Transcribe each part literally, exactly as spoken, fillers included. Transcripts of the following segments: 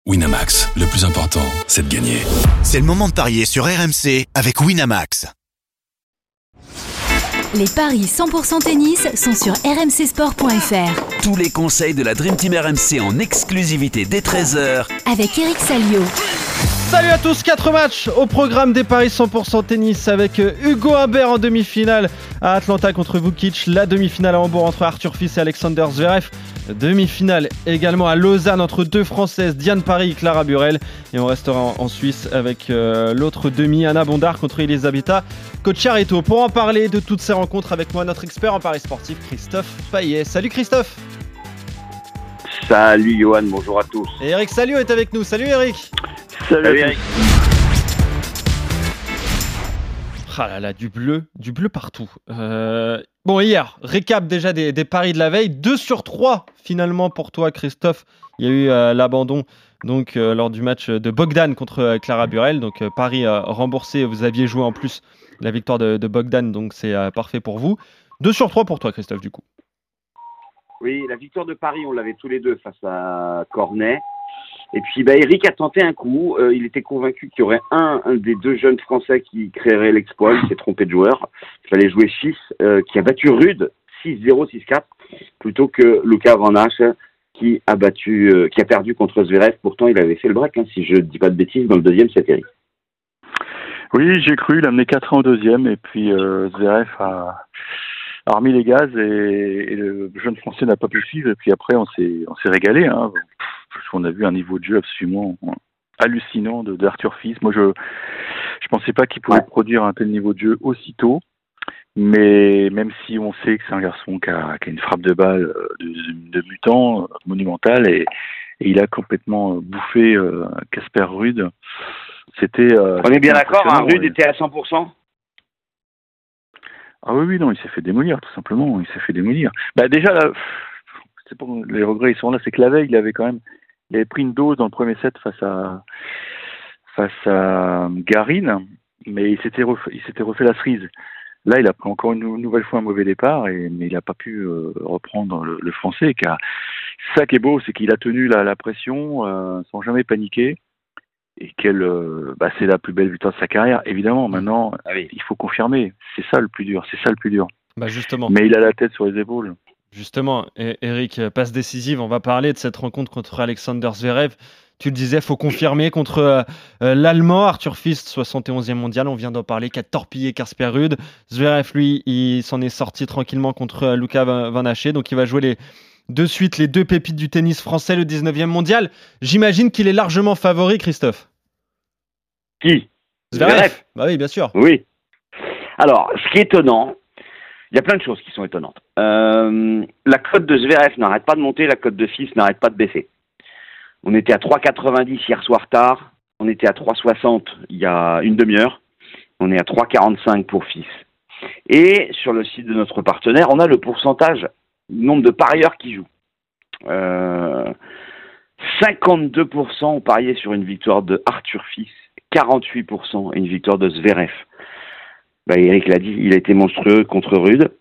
Winamax, le plus important, c'est de gagner. C'est le moment de parier sur R M C avec Winamax. Les paris cent pour cent tennis sont sur r m c sport point f r. Tous les conseils de la Dream Team R M C en exclusivité dès treize heures avec Eric Salio. Salut à tous, quatre matchs au programme des paris cent pour cent tennis avec Hugo Humbert en demi-finale à Atlanta contre Vukic, la demi-finale à Hambourg entre Arthur Fils et Alexander Zverev, demi-finale également à Lausanne entre deux Françaises, Diane Parry et Clara Burel, et on restera en, en Suisse avec euh, l'autre demi, Anna Bondar contre Elisabetta Cocciaretto. Pour en parler de toutes ces rencontres avec moi, notre expert en paris sportif Christophe Payet. Salut Christophe. Salut Johan, bonjour à tous. Et Eric Salio est avec nous. Salut Eric. Salut, Salut Eric. Ah là là, du bleu, du bleu partout. Euh, bon, hier, récap déjà des, des paris de la veille. deux sur trois finalement pour toi Christophe. Il y a eu euh, l'abandon donc, euh, lors du match de Bogdan contre euh, Clara Burel. Donc euh, Paris euh, remboursé, vous aviez joué en plus la victoire de, de Bogdan, donc c'est euh, parfait pour vous. deux sur trois pour toi Christophe du coup. Oui, la victoire de Paris, on l'avait tous les deux face à Cornet. Et puis, bah, Eric a tenté un coup. Euh, il était convaincu qu'il y aurait un, un des deux jeunes Français qui créerait l'exploit. Il s'est trompé de joueur. Il fallait jouer Fils, euh, qui a battu Rude six zéro, six quatre, plutôt que Luca Van Hache, qui a battu, euh, qui a perdu contre Zverev. Pourtant, il avait fait le break, hein, si je ne dis pas de bêtises, dans le deuxième, c'est Eric. Oui, j'ai cru. Il a mené quatre un au deuxième. Et puis, euh, Zverev a, a remis les gaz et, et le jeune Français n'a pas pu suivre. Et puis après, on s'est, on s'est régalé, hein. Parce qu'on a vu un niveau de jeu absolument hallucinant de, d'Arthur Fils. Moi, je je pensais pas qu'il pouvait ouais. produire un tel niveau de jeu aussitôt. Mais même si on sait que c'est un garçon qui a, qui a une frappe de balle de, de mutant monumentale et, et il a complètement bouffé Casper euh, Ruud. C'était. Euh, on est bien d'accord, hein, Ruud était à cent pour cent. Ah oui, oui, non, il s'est fait démolir, tout simplement. Il s'est fait démolir. Bah déjà, là, c'est pas, les regrets ils sont là, c'est que la veille, il avait quand même. Il avait pris une dose dans le premier set face à face à Garin, mais il s'était refait, il s'était refait la cerise. Là, il a pris encore une nouvelle fois un mauvais départ, et, mais il n'a pas pu euh, reprendre le, le français. Car ça qui est beau, c'est qu'il a tenu la, la pression euh, sans jamais paniquer, et qu'elle, euh, bah, c'est la plus belle victoire de sa carrière. Évidemment, maintenant, ah oui. il faut confirmer. C'est ça le plus dur. C'est ça le plus dur. Bah justement. Mais il a la tête sur les épaules. Justement, Eric, passe décisive, on va parler de cette rencontre contre Alexander Zverev. Tu le disais, il faut confirmer contre euh, l'Allemand, Arthur Fils, soixante et onzième mondial, on vient d'en parler, qui a torpillé Casper Ruud. Zverev, lui, il s'en est sorti tranquillement contre Luca Van Hache, donc il va jouer les, de suite les deux pépites du tennis français, le dix-neuvième mondial. J'imagine qu'il est largement favori, Christophe. Qui ? Zverev. Zverev. Bah oui, bien sûr. Oui. Alors, ce qui est étonnant, il y a plein de choses qui sont étonnantes. Euh, la cote de Zverev n'arrête pas de monter, la cote de Fils n'arrête pas de baisser. On était à trois quatre-vingt-dix hier soir tard, on était à trois soixante il y a une demi-heure, on est à trois quarante-cinq pour Fils. Et sur le site de notre partenaire, on a le pourcentage, le nombre de parieurs qui jouent. Euh, cinquante-deux pour cent ont parié sur une victoire de Arthur Fils, quarante-huit pour cent une victoire de Zverev. Bah, Eric l'a dit, il a été monstrueux contre Ruud.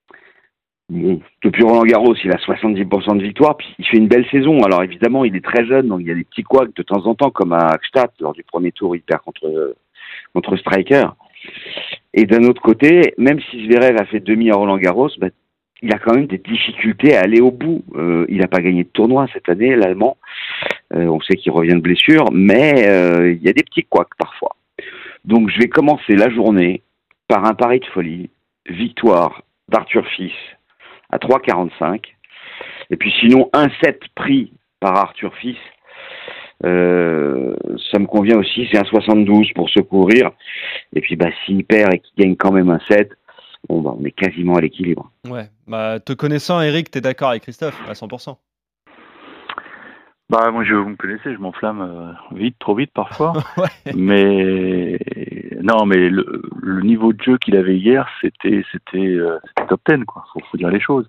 Bon, depuis Roland Garros, il a soixante-dix pour cent de victoire, puis il fait une belle saison. Alors évidemment, il est très jeune, donc il y a des petits couacs de temps en temps, comme à Gstaad, lors du premier tour, il perd contre, contre Striker. Et d'un autre côté, même si Zverev a fait demi à Roland Garros, bah, il a quand même des difficultés à aller au bout. Euh, il n'a pas gagné de tournoi cette année, l'Allemand. Euh, on sait qu'il revient de blessure, mais euh, il y a des petits couacs parfois. Donc je vais commencer la journée par un pari de folie, victoire d'Arthur Fils à trois quarante-cinq, et puis sinon un set pris par Arthur Fils, euh, ça me convient aussi, c'est un soixante-douze pour se couvrir, et puis bah, s'il perd et qu'il gagne quand même un set, bon, bah, on est quasiment à l'équilibre. Ouais, bah, te connaissant Eric, t'es d'accord avec Christophe à cent pour cent? Bah moi je vous me connaissez, je m'enflamme euh, vite, trop vite parfois. Ouais. Mais non, mais le, le niveau de jeu qu'il avait hier, c'était c'était, euh, c'était top dix quoi. Faut, faut dire les choses.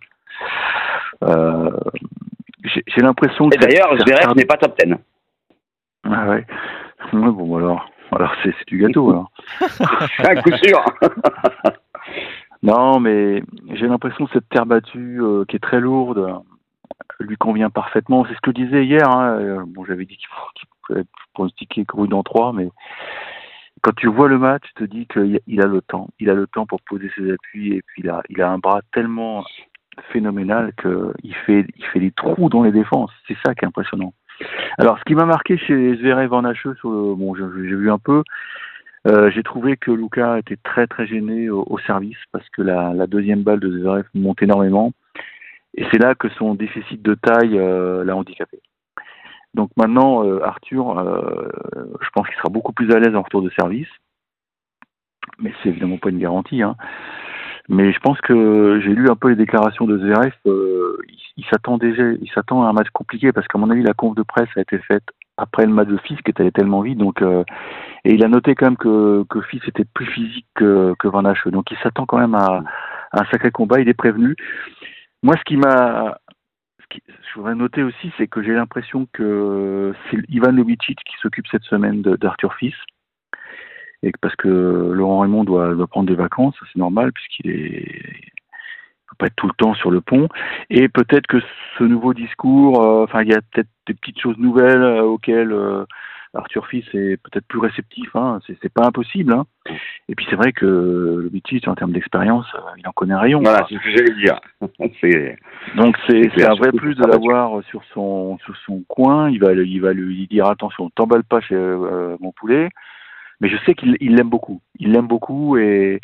Euh, j'ai, j'ai l'impression que. Et d'ailleurs, Zverev n'est pas top dix. Ah ouais. Ouais bon alors, alors c'est, c'est du gâteau alors. C'est un coup sûr. Non mais j'ai l'impression que cette terre battue euh, qui est très lourde. lui convient parfaitement. C'est ce que je disais hier. Hein. Bon, j'avais dit qu'il, faut, qu'il pouvait pronostiquer Ruud en trois, mais quand tu vois le match, tu te dis qu'il a le temps. Il a le temps pour poser ses appuis et puis il a, il a un bras tellement phénoménal qu'il fait, il fait des trous dans les défenses. C'est ça qui est impressionnant. Alors, ce qui m'a marqué chez Zverev en H E, sur le, bon, j'ai, j'ai vu un peu, euh, j'ai trouvé que Luka était très très gêné au, au service parce que la, la deuxième balle de Zverev monte énormément et c'est là que son déficit de taille euh, l'a handicapé. Donc maintenant, euh, Arthur, euh, je pense qu'il sera beaucoup plus à l'aise en retour de service, mais c'est évidemment pas une garantie, hein. Mais je pense que j'ai lu un peu les déclarations de Zverev, euh, il, il s'attend déjà, il s'attend à un match compliqué parce qu'à mon avis la conf de presse a été faite après le match de Fils qui était tellement vite, donc euh, et il a noté quand même que que Fils était plus physique que, que Van Hache, donc il s'attend quand même à, à un sacré combat, il est prévenu. Moi, ce qui m'a, ce qui, je voudrais noter aussi, c'est que j'ai l'impression que c'est Ivan Lubicic qui s'occupe cette semaine de, d'Arthur Fils. Et parce que Laurent Raymond doit, doit prendre des vacances, c'est normal puisqu'il est, il peut pas être tout le temps sur le pont. Et peut-être que ce nouveau discours, euh, enfin il y a peut-être des petites choses nouvelles euh, auxquelles euh, Arthur Fils est peut-être plus réceptif. Hein, c'est, c'est pas impossible. Hein. Et puis c'est vrai que le Lubicic en termes d'expérience, euh, il en connaît un rayon. Voilà, quoi. c'est ce que j'allais dire. c'est... Donc c'est, c'est, c'est un vrai plus de l'avoir sur son sur son coin. Il va il va lui dire attention, t'emballe pas chez euh, mon poulet. Mais je sais qu'il il l'aime beaucoup. Il l'aime beaucoup et,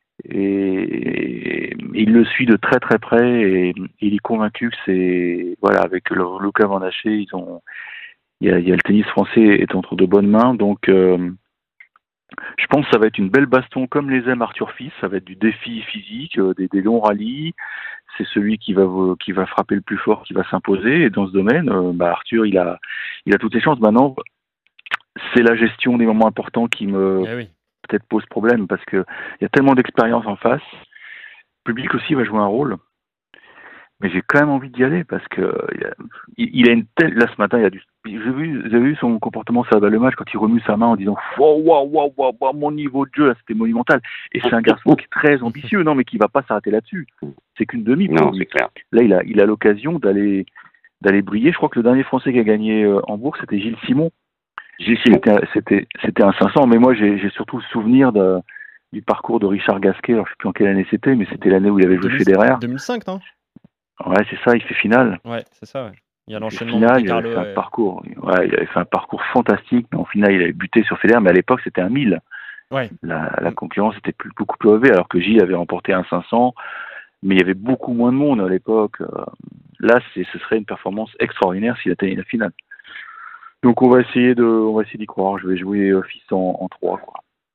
et, et il le suit de très très près et, et il est convaincu que c'est voilà avec le, Luka Van Hache, ils ont il y a, il y a le tennis français est entre de bonnes mains, donc euh, je pense que ça va être une belle baston comme les aime Arthur Fils. Ça va être du défi physique, euh, des, des longs rallyes. C'est celui qui va qui va frapper le plus fort qui va s'imposer. Et dans ce domaine, euh, bah Arthur il a il a toutes les chances maintenant. C'est la gestion des moments importants qui me Eh oui. peut-être pose problème parce que il y a tellement d'expérience en face. Le public aussi va jouer un rôle, mais j'ai quand même envie d'y aller parce que il a, il a une telle. Là ce matin, il y a du. J'ai vu, j'ai vu son comportement sur le match quand il remue sa main en disant waouh waouh waouh waouh mon niveau de jeu là c'était monumental. Et c'est un garçon qui est très ambitieux, non mais qui va pas s'arrêter là-dessus. C'est qu'une demi. Non, c'est clair. Là il a il a l'occasion d'aller d'aller briller. Je crois que le dernier Français qui a gagné euh, Hambourg c'était Gilles Simon. C'était, c'était, c'était un cinq cents, mais moi j'ai, j'ai surtout le souvenir de, du parcours de Richard Gasquet. Alors je sais plus en quelle année c'était, mais c'était l'année où il avait joué Federer. deux mille cinq, non ? Ouais, c'est ça, il fait finale. Ouais, c'est ça, ouais. Il y a l'enchaînement finale, de il avait Carlo, fait ouais. un parcours, ouais, il avait fait un parcours fantastique, mais en finale il avait buté sur Federer, mais à l'époque c'était un mille. Ouais. La, la concurrence était plus, beaucoup plus élevée, alors que Gilles avait remporté un cinq cents, mais il y avait beaucoup moins de monde à l'époque. Là, c'est, ce serait une performance extraordinaire s'il atteignait la finale. Donc on va essayer de, on va essayer d'y croire. Je vais jouer euh, Fils en, en trois, quoi.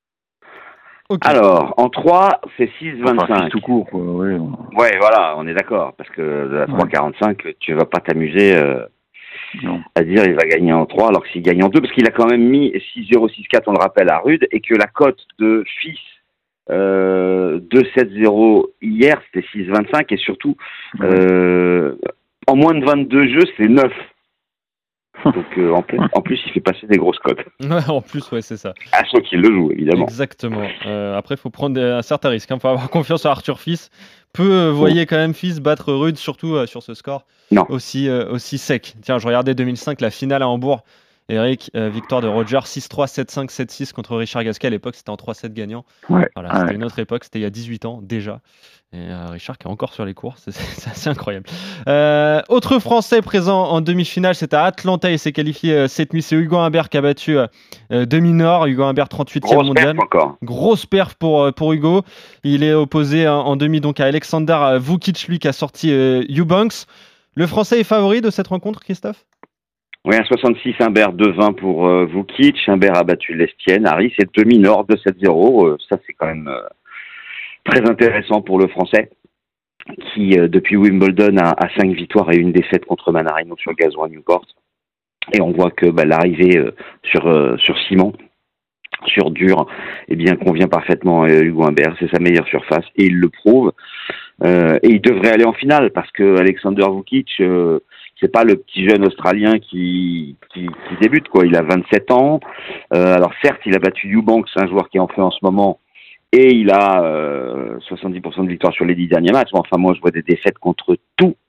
Okay. Alors, en trois, c'est six vingt-cinq. Enfin, Fils tout court, quoi. Ouais, ouais, voilà, on est d'accord. Parce que de la trois quarante-cinq, tu vas pas t'amuser euh, à dire il va gagner en trois, alors que s'il gagne en deux, parce qu'il a quand même mis six zéro six quatre, on le rappelle, à Rude, et que la cote de Fils euh, deux sept zéro hier, c'était six vingt-cinq, et surtout, euh, en moins de vingt-deux jeux, c'est neuf. Donc euh, en, plus, en plus, il fait passer des grosses cotes. Ouais, en plus, ouais, c'est ça. À ceux qui le jouent, évidemment. Exactement. Euh, après, il faut prendre des, un certain risque. Il hein. faut avoir confiance en Arthur Fils. Peu, euh, vous voyez quand même Fils battre Rude, surtout euh, sur ce score non. Aussi, euh, aussi sec. Tiens, je regardais deux mille cinq, la finale à Hambourg. Eric, euh, victoire de Roger, six trois, sept cinq, sept six contre Richard Gasquet. À l'époque, c'était en trois sept gagnant. Ouais, voilà, c'était ouais. une autre époque, c'était il y a dix-huit ans déjà. Et euh, Richard qui est encore sur les cours, c'est, c'est, c'est assez incroyable. Euh, autre Français présent en demi-finale, c'est à Atlanta. Il s'est qualifié euh, cette nuit. C'est Hugo Humbert qui a battu euh, demi-nord. Hugo Humbert, trente-huitième Grosse mondial. Perf encore. Grosse perf pour, pour Hugo. Il est opposé en, en demi donc à Alexander Vukic, lui qui a sorti euh, Eubanks. Le Français est favori de cette rencontre, Christophe ? Oui, un soixante-six, Humbert, deux vingt pour euh, Vukic. Humbert a battu l'Estienne. Harry, c'est demi-nord, deux sept zéro. Euh, ça, c'est quand même euh, très intéressant pour le Français, qui, euh, depuis Wimbledon, a, a cinq victoires et une défaite contre Manarino sur gazon à Newport. Et on voit que bah, l'arrivée euh, sur, euh, sur ciment, sur dur, eh bien, convient parfaitement à Hugo Humbert. C'est sa meilleure surface et il le prouve. Euh, et il devrait aller en finale parce que Alexander Vukic... Euh, c'est pas le petit jeune Australien qui, qui, qui débute, quoi. Il a vingt-sept ans. Euh, alors certes, il a battu Eubanks, un joueur qui en fait en ce moment, et il a euh, soixante-dix pour cent de victoire sur les dix derniers matchs. Mais enfin, moi, je vois des défaites contre tous,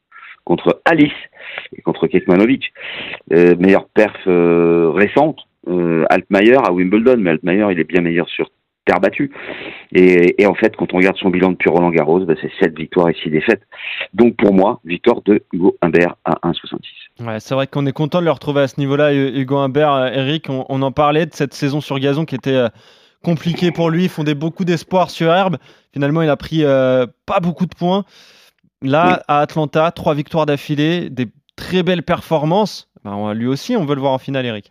contre Alice et contre Kekmanovic. Euh, meilleure perf euh, récente, euh, Altmaier à Wimbledon, mais Altmaier il est bien meilleur sur terre battue. Et, et en fait, quand on regarde son bilan depuis Roland Garros, bah, c'est sept victoires et six défaites. Donc pour moi, victoire de Hugo Humbert à un virgule soixante-six. Ouais, c'est vrai qu'on est content de le retrouver à ce niveau-là, Hugo Humbert. Eric, on, on en parlait de cette saison sur gazon qui était euh, compliquée pour lui. Il fondait beaucoup d'espoir sur herbe. Finalement, il a pris euh, pas beaucoup de points. Là, oui. À Atlanta, trois victoires d'affilée, des très belles performances. Ben, lui aussi, on veut le voir en finale, Eric.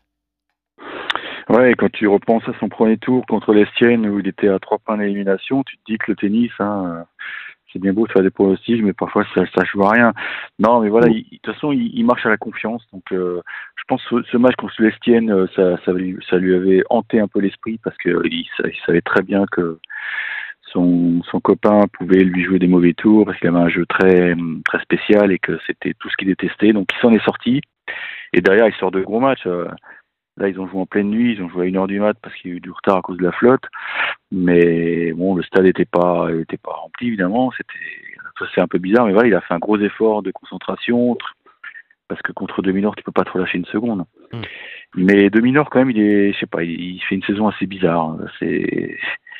Ouais, quand tu repenses à son premier tour contre l'Estienne où il était à trois points d'élimination, tu te dis que le tennis, hein, c'est bien beau de faire des pronostics, mais parfois ça, ça joue à rien. Non, mais voilà, de toute façon, il, il marche à la confiance. Donc, euh, je pense que ce match contre l'Estienne, ça, ça, lui, ça lui avait hanté un peu l'esprit parce qu'il il savait très bien que son, son copain pouvait lui jouer des mauvais tours parce qu'il avait un jeu très, très spécial et que c'était tout ce qu'il détestait. Donc, il s'en est sorti. Et derrière, il sort de gros matchs. Là, ils ont joué en pleine nuit, ils ont joué à une heure du mat parce qu'il y a eu du retard à cause de la flotte. Mais bon, le stade n'était pas, était pas rempli, évidemment. C'était, c'est un peu bizarre, mais voilà, il a fait un gros effort de concentration parce que contre Deminor, tu peux pas trop lâcher une seconde. Mmh. Mais Deminor, quand même, il est, je sais pas, il fait une saison assez bizarre. C'est,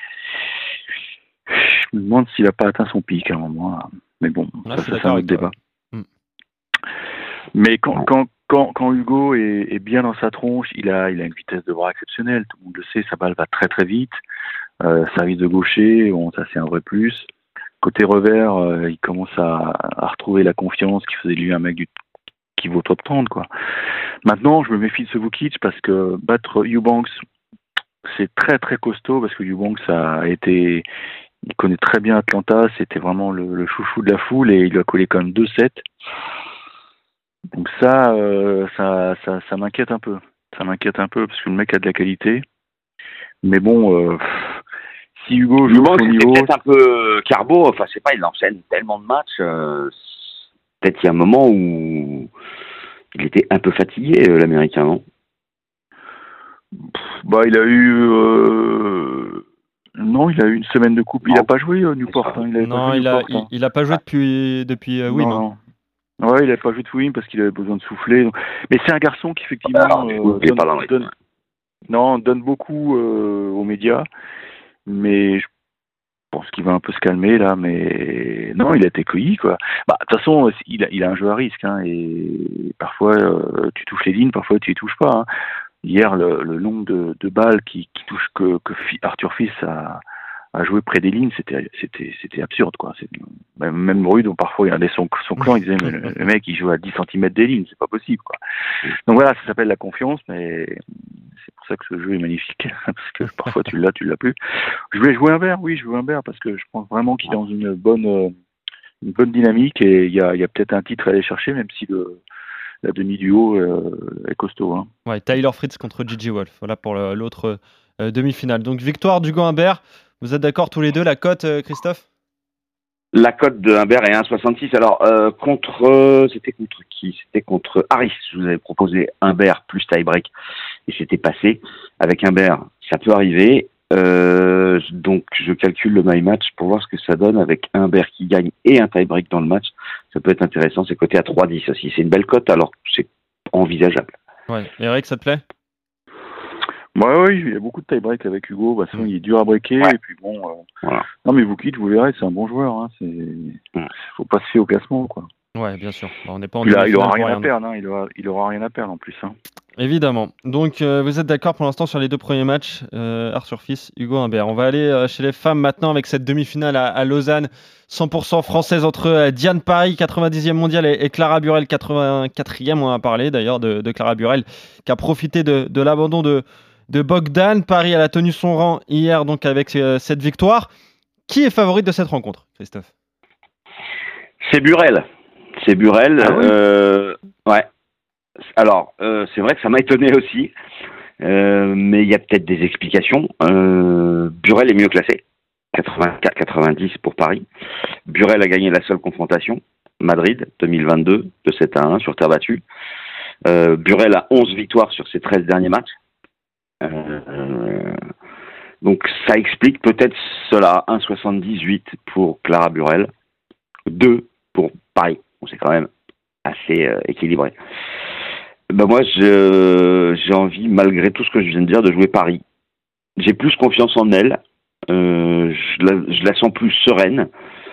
je me demande s'il a pas atteint son pic à un moment. Mais bon, là, ça, ça c'est un autre débat. Mmh. Mais quand, quand Quand, quand Hugo est, est bien dans sa tronche, il a, il a une vitesse de bras exceptionnelle. Tout le monde le sait, sa balle va très très vite. Euh, service de gaucher, bon, ça c'est un vrai plus. Côté revers, euh, il commence à, à retrouver la confiance qui faisait de lui un mec du, qui vaut top trente, quoi. Maintenant, je me méfie de ce Vukic parce que battre Eubanks, c'est très très costaud parce que Eubanks a été, il connaît très bien Atlanta, c'était vraiment le, le chouchou de la foule et il lui a collé quand même deux sets. Donc ça, euh, ça, ça, ça m'inquiète un peu. Ça m'inquiète un peu parce que le mec a de la qualité. Mais bon, euh, si Hugo joue au niveau, c'est peut-être un peu carbo. Enfin, je sais pas, il enchaîne tellement de matchs. Euh, peut-être il y a un moment où il était un peu fatigué, euh, l'Américain, non ? Bah, il a eu. Euh... Non, il a eu une semaine de coupe. Il n'a pas joué euh, Newport. Hein. Il non, pas il, Newport, a, il, hein. il a pas joué depuis depuis euh, Wim. Non, non. Ouais, il n'avait pas joué de Wim parce qu'il avait besoin de souffler. Mais c'est un garçon qui effectivement Alors, euh, donne, donne, donne, non, donne beaucoup euh, aux médias, mais je pense qu'il va un peu se calmer là. Mais non, il a été cueilli quoi. Bah de toute façon, il a, il a un jeu à risque hein, et parfois euh, tu touches les lignes, parfois tu les touches pas. Hein. Hier, le, le nombre de, de balles qui, qui touchent que, que Arthur Fils a à jouer près des lignes, c'était c'était c'était absurde quoi. C'est, même, même Rude, parfois il regardait son son clan, il disait mais le, le mec il joue à dix centimètres des lignes, c'est pas possible quoi. Donc voilà, ça s'appelle la confiance, mais c'est pour ça que ce jeu est magnifique parce que parfois tu l'as, tu l'as plus. Je vais jouer Humbert, oui, je veux Humbert parce que je pense vraiment qu'il est dans une bonne une bonne dynamique et il y a il y a peut-être un titre à aller chercher même si le la demi du haut euh, est costaud. Hein. Ouais, Tyler Fritz contre Gigi Wolf, voilà pour le, l'autre euh, demi-finale. Donc victoire d'Hugo Humbert. Vous êtes d'accord tous les deux, la cote, euh, Christophe ? La cote de Humbert est un virgule soixante-six. Alors, euh, contre... Euh, c'était contre qui ? C'était contre Harris. Je vous avais proposé Humbert plus tie-break. Et c'était passé. Avec Humbert, ça peut arriver. Euh, donc, je calcule le my match pour voir ce que ça donne avec Humbert qui gagne et un tie-break dans le match. Ça peut être intéressant. C'est coté à trois virgule dix aussi. C'est une belle cote, alors c'est envisageable. Ouais. Eric, ça te plaît ? Ouais, oui, il y a beaucoup de tie-break avec Hugo. Bah, sinon, il est dur à breaker. Ouais. Et puis bon, euh... voilà. Non, mais Vukic, vous verrez, c'est un bon joueur. Hein. C'est... Mm. Faut pas se fier au classement, quoi. Ouais, bien sûr. Bon, on n'est pas en il, a, il aura rien à perdre. Hein. Il aura, il aura rien à perdre en plus. Hein. Évidemment. Donc, euh, vous êtes d'accord pour l'instant sur les deux premiers matchs, euh, Arthur Fils, Hugo Humbert. On va aller euh, chez les femmes maintenant avec cette demi-finale à, à Lausanne, cent pour cent française entre euh, Diane Parry, quatre-vingt-dixième mondiale, et, et Clara Burel, quatre-vingt-quatrième. On a parlé d'ailleurs de, de Clara Burel, qui a profité de, de l'abandon de de Bogdan. Paris, elle a tenu son rang hier donc avec euh, cette victoire. Qui est favorite de cette rencontre, Christophe ? C'est Burel. C'est Burel. Ah oui euh, ouais. Alors, euh, c'est vrai que ça m'a étonné aussi, euh, mais il y a peut-être des explications. Euh, Burel est mieux classé, quatre-vingt-quatre quatre-vingt-dix pour Paris. Burel a gagné la seule confrontation, Madrid deux mille vingt-deux, de sept à un sur terre battue. Euh, Burel a onze victoires sur ses treize derniers matchs. Euh, donc ça explique peut-être cela. un virgule soixante-dix-huit pour Clara Burel, deux pour Paris. Bon, c'est quand même assez euh, équilibré. Ben moi, je, j'ai envie, malgré tout ce que je viens de dire, de jouer Paris. J'ai plus confiance en elle. Euh, je, la, je la sens plus sereine.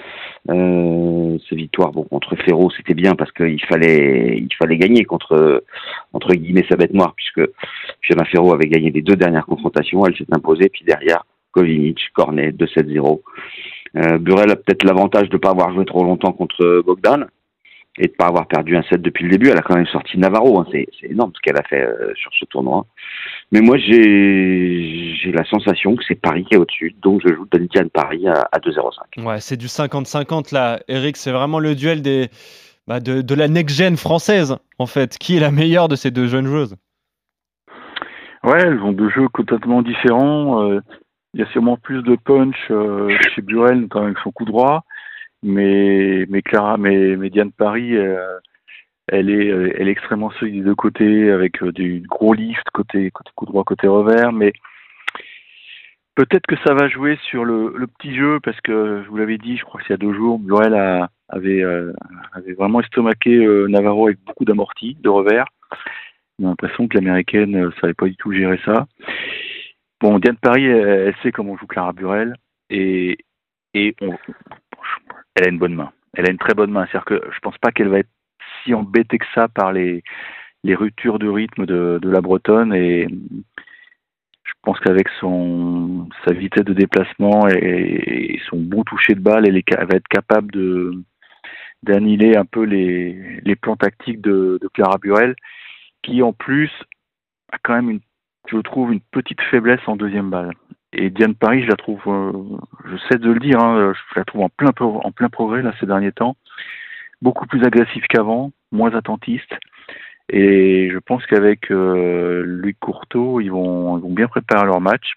Euh, ces victoires, bon, contre Ferro, c'était bien parce qu'il fallait, il fallait gagner contre, entre guillemets, sa bête noire, puisque Fiona Ferro avait gagné les deux dernières confrontations. Elle s'est imposée, puis derrière, Kovinic, Cornet, deux sept zéro. Euh, Burel a peut-être l'avantage de ne pas avoir joué trop longtemps contre Bogdan et de ne pas avoir perdu un set depuis le début. Elle a quand même sorti Navarro, hein. c'est, c'est énorme ce qu'elle a fait euh, sur ce tournoi. Mais moi, j'ai, j'ai la sensation que c'est Paris qui est au-dessus, donc je joue Diane Paris à, à deux zéro cinq. Ouais, c'est du cinquante cinquante là, Eric, c'est vraiment le duel des, bah de, de la next-gen française, en fait. Qui est la meilleure de ces deux jeunes joueuses? Ouais, elles ont deux jeux complètement différents. Euh, il y a sûrement plus de punch euh, chez Burel, notamment avec son coup droit. Mais, mais Clara, mais, mais Diane Paris, euh, elle est, elle est extrêmement solide des deux côtés, avec euh, du gros lift côté, côté coup droit, côté revers. Mais peut-être que ça va jouer sur le, le petit jeu, parce que je vous l'avais dit, je crois que c'est il y a deux jours, Burel a, avait, euh, avait vraiment estomaqué euh, Navarro avec beaucoup d'amortis, de revers. On a l'impression que l'américaine ne savait pas du tout gérer ça. Bon, Diane Paris, elle, elle sait comment joue Clara Burel, et, et on, elle a une bonne main. Elle a une très bonne main. C'est-à-dire que je pense pas qu'elle va être si embêtée que ça par les, les ruptures de rythme de, de la Bretonne, et je pense qu'avec son, sa vitesse de déplacement et, et son bon toucher de balle, elle, est, elle va être capable de, d'annihiler un peu les, les plans tactiques de, de Clara Burel, qui en plus a quand même, une, je trouve, une petite faiblesse en deuxième balle. Et Diane Paris, je la trouve, euh, je sais de le dire, hein, je la trouve en plein, en plein progrès là ces derniers temps, beaucoup plus agressive qu'avant, moins attentiste. Et je pense qu'avec euh, Louis Courteau, ils vont, ils vont bien préparer leur match.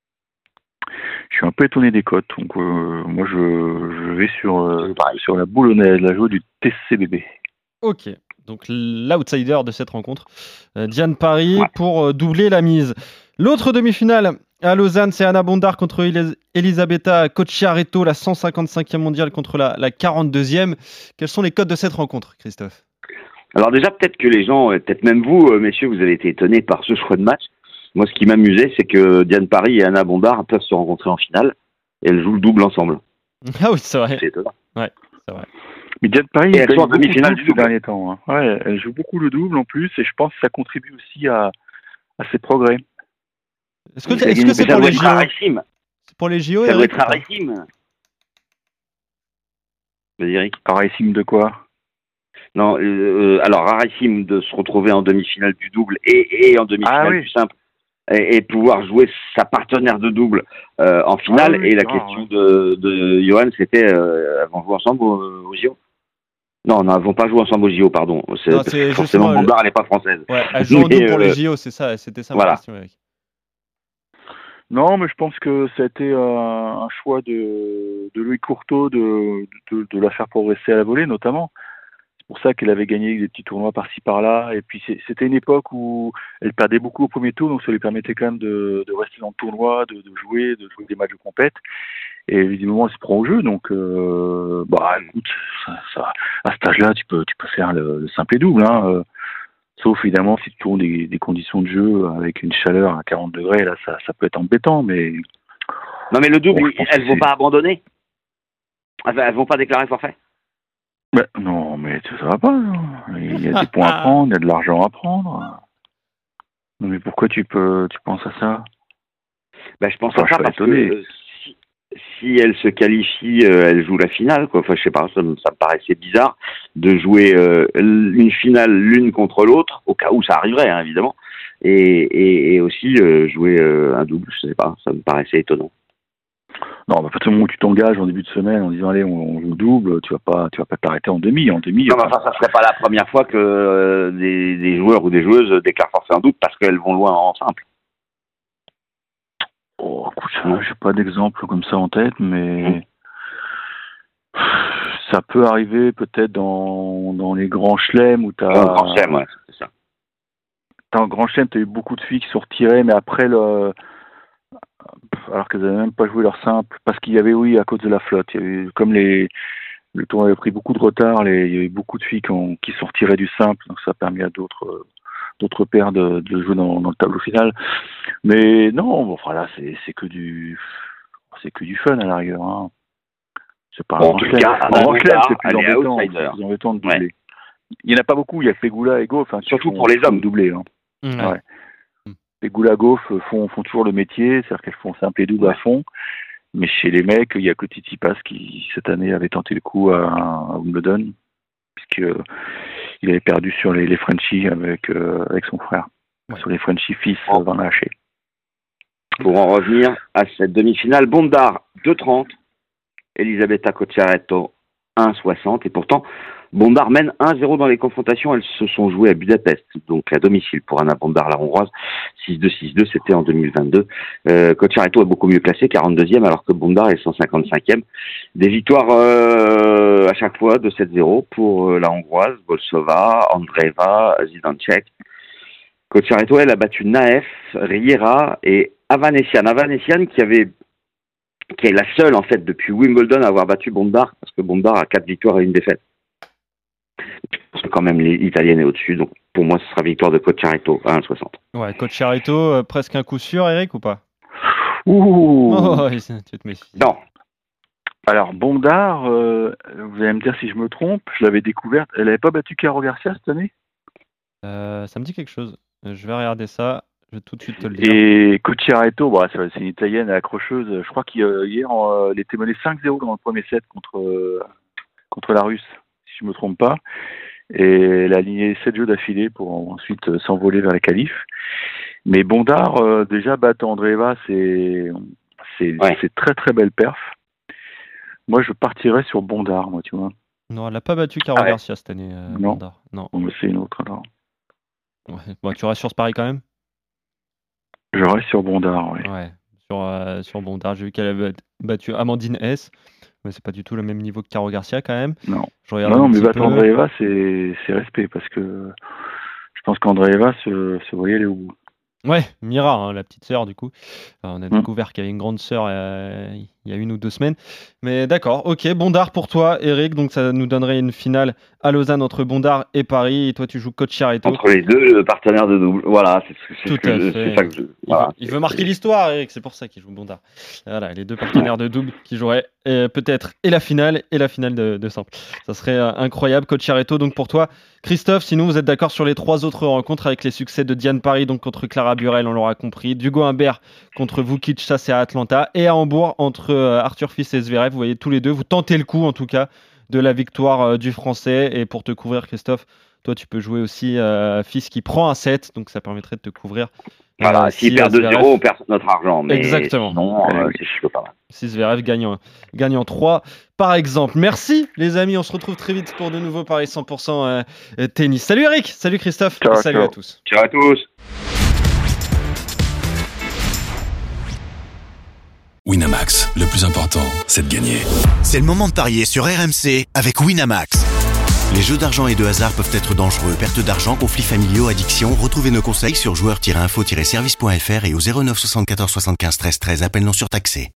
Je suis un peu étonné des cotes, donc euh, moi je, je vais sur, euh, sur la boulonnaise, la joueuse du T C B B. Ok, donc l'outsider de cette rencontre, euh, Diane Paris, ouais. pour euh, doubler la mise. L'autre demi-finale à Lausanne, c'est Anna Bondar contre Elis- Elisabetta Cocciaretto, la cent cinquante-cinquième mondiale contre la, la quarante-deuxième. Quels sont les codes de cette rencontre, Christophe? Alors déjà, peut-être que les gens, peut-être même vous, messieurs, vous avez été étonnés par ce choix de match. Moi, ce qui m'amusait, c'est que Diane Paris et Anna Bondar peuvent se rencontrer en finale et elles jouent le double ensemble. Ah oui, c'est vrai. C'est étonnant. Ouais, c'est vrai. Mais Diane Paris, et elles sont en demi-finale du ces derniers temps. Hein. Ouais, elle joue beaucoup le double en plus, et je pense que ça contribue aussi à, à ses progrès. Est-ce que, est-ce que c'est pour les J O? Pour les J O, ça doit Eric, être rarissime. Vas-y, Eric. Rarissime de quoi? Non, euh, alors rarissime de se retrouver en demi-finale du double et, et en demi-finale ah, oui. du simple, et, et pouvoir jouer sa partenaire de double euh, en finale. Ah, oui, et la grand, question ouais. de, de Johan, c'était euh, elles vont jouer ensemble aux, aux J O? Non, non, elles vont pas jouer ensemble aux J O, pardon. C'est, non, c'est forcément Bondar, elle n'est pas française. Ouais, elles jouent en double euh, pour les J O, c'est ça, c'était ça voilà. ma question, Eric. Non, mais je pense que ça a été un, un choix de, de Louis Courteau de, de, de la faire progresser à la volée, notamment. C'est pour ça qu'elle avait gagné des petits tournois par-ci par-là. Et puis c'est, c'était une époque où elle perdait beaucoup au premier tour, donc ça lui permettait quand même de, de rester dans le tournoi, de, de jouer, de jouer des matchs de compète. Et évidemment, elle se prend au jeu, donc euh, bah écoute, ça, ça, à cet âge-là, tu peux, tu peux faire le, le simple et double, hein. Euh, sauf évidemment si tu tournes des, des conditions de jeu avec une chaleur à quarante degrés, là, ça, ça peut être embêtant, mais non, mais le double, bon, elles vont pas abandonner. Elles vont pas déclarer forfait. Ben, non, mais ça va pas. Il y a des points à prendre, il y a de l'argent à prendre. Non, mais pourquoi tu peux, tu penses à ça? Ben, je pense enfin, à ça parce étonné. que si, si elle se qualifie, euh, elle joue la finale, quoi. Enfin, je sais pas, ça, me, ça me paraissait bizarre de jouer euh, une finale l'une contre l'autre, au cas où ça arriverait, hein, évidemment, et, et, et aussi euh, jouer euh, un double, je sais pas, ça me paraissait étonnant. Non, à partir du moment où tu t'engages en début de semaine en disant allez, on, on joue double, tu vas pas, tu vas pas t'arrêter en demi, en demi. Non, mais enfin, ça serait pas la première fois que euh, des, des joueurs ou des joueuses déclarent forfait en double parce qu'elles vont loin en simple. Oh, écoute, euh, j'ai pas d'exemple comme ça en tête, mais mmh. ça peut arriver peut-être dans dans les grands chelems où t'as. Dans grand chelem, ouais, c'est ça. Dans le grand chelem, t'as eu beaucoup de filles qui sont retirées, mais après le. Alors qu'elles n'avaient même pas joué leur simple, parce qu'il y avait, oui, à cause de la flotte, il y avait, comme les, le tournoi avait pris beaucoup de retard. Les, il y avait beaucoup de filles qui, ont, qui sont retirées du simple, donc ça a permis à d'autres, euh, d'autres paires de, de jouer dans, dans le tableau final. Mais non, bon, enfin là, c'est, c'est que du, c'est que du fun à la rigueur. Hein. C'est pas bon, un grand chelem. En grand chelem, c'est plus embêtant, c'est plus embêtant de doubler. Ouais. Il n'y en a pas beaucoup. Il y a Pegula et Gauff. Hein, surtout pour les hommes doublés. Hein. Mmh. Ouais. Pegula, Gauff font, font toujours le métier, c'est-à-dire qu'elles font simple et double ouais. à fond. Mais chez les mecs, il n'y a que Tsitsipas qui, cette année, avait tenté le coup à, à Wimbledon, puisqu'il avait perdu sur les, les Frenchies avec, euh, avec son frère, ouais. sur les Frenchies fils oh. Van Haché. Pour en revenir à cette demi-finale, Bondar deux trente, Elisabetta Cocciaretto un soixante, et pourtant, Bondar mène un zéro dans les confrontations. Elles se sont jouées à Budapest, donc à domicile pour Anna Bondar, la hongroise. six deux, six deux, c'était en deux mille vingt-deux. Euh, Cocciaretto est beaucoup mieux classé, quarante-deuxième, alors que Bondar est cent cinquante-cinquième. Des victoires euh, à chaque fois de sept zéro pour euh, la hongroise, Bolsova, Andreeva, Zidanček. Cocciaretto, elle a battu Naef, Riera et Avanesian. Avanesian qui avait qui est la seule, en fait, depuis Wimbledon à avoir battu Bondar, parce que Bondar a quatre victoires et une défaite. Je pense que quand même l'Italienne est au-dessus, donc pour moi, ce sera victoire de Cocciaretto à un soixante. Ouais, Cocciaretto, euh, presque un coup sûr, Eric, ou pas? Ouh oh, tu te méfies. Non. Alors, Bondar, euh, vous allez me dire si je me trompe, je l'avais découverte, elle n'avait pas battu Caro Garcia cette année euh, Ça me dit quelque chose. Je vais regarder ça. Je vais tout de suite te le dire. Et Cocciaretto, bon, c'est une italienne accrocheuse. Je crois qu'hier, euh, elle était menée cinq zéro dans le premier set contre, euh, contre la Russe, si je ne me trompe pas. Et elle a aligné sept jeux d'affilée pour ensuite euh, s'envoler vers les qualifs. Mais Bondar, euh, déjà, battre Andreeva, c'est, c'est, ouais. c'est très très belle perf. Moi, je partirais sur Bondar, moi, tu vois. Non, elle n'a pas battu Caro ah ouais. Garcia cette année, euh, non. Bondar. Non. On me fait une autre alors. Ouais. Bon, tu restes sur ce pari quand même? Je reste sur Bondar, oui. Ouais, sur, euh, sur Bondar. J'ai vu qu'elle avait battu Amandine Hess, mais c'est pas du tout le même niveau que Caro Garcia quand même. Non, je regarde non, non mais battre peu... Andreeva, c'est, c'est respect, parce que je pense qu'Andreeva se, se voyait aller au bout. Ouais, Mira, hein, la petite sœur du coup. Alors, on a mmh. découvert qu'il y avait une grande sœur euh, il y a une ou deux semaines. Mais d'accord, ok, Bondar pour toi, Eric. Donc ça nous donnerait une finale à Lausanne entre Bondar et Paris. Et toi, tu joues Cocciaretto. Entre les deux partenaires de double. Voilà, c'est, c'est, Tout ce que à je, fait. c'est ça que je. Il, voilà. veut, il veut marquer l'histoire, Eric. C'est pour ça qu'il joue Bondar. Voilà, les deux partenaires de double qui joueraient euh, peut-être et la finale et la finale de, de simple. Ça serait euh, incroyable, Cocciaretto. Donc pour toi, Christophe, sinon vous êtes d'accord sur les trois autres rencontres avec les succès de Diane Paris, donc contre Clara Burel, on l'aura compris, d'Hugo Humbert contre Vukic, ça c'est à Atlanta, et à Hambourg entre euh, Arthur Fils et Zverev. Vous voyez tous les deux, vous tentez le coup en tout cas de la victoire euh, du Français. Et pour te couvrir, Christophe, toi tu peux jouer aussi euh, Fils qui prend un set, donc ça permettrait de te couvrir. Voilà, euh, s'il si perd deux zéro, on perd notre argent. Mais exactement. Non, euh, c'est chaud pas mal. Si Zverev gagne en, gagne en trois, par exemple. Merci les amis, on se retrouve très vite pour de nouveaux paris cent pour cent euh, tennis. Salut Eric, salut Christophe, ciao, et salut ciao. à tous. Ciao à tous. Winamax, le plus important, c'est de gagner. C'est le moment de parier sur R M C avec Winamax. Les jeux d'argent et de hasard peuvent être dangereux. Perte d'argent, conflits familiaux, addiction. Retrouvez nos conseils sur joueurs tiret info tiret service point f r et au zéro neuf soixante-quatorze soixante-quinze treize treize. Appel non surtaxé.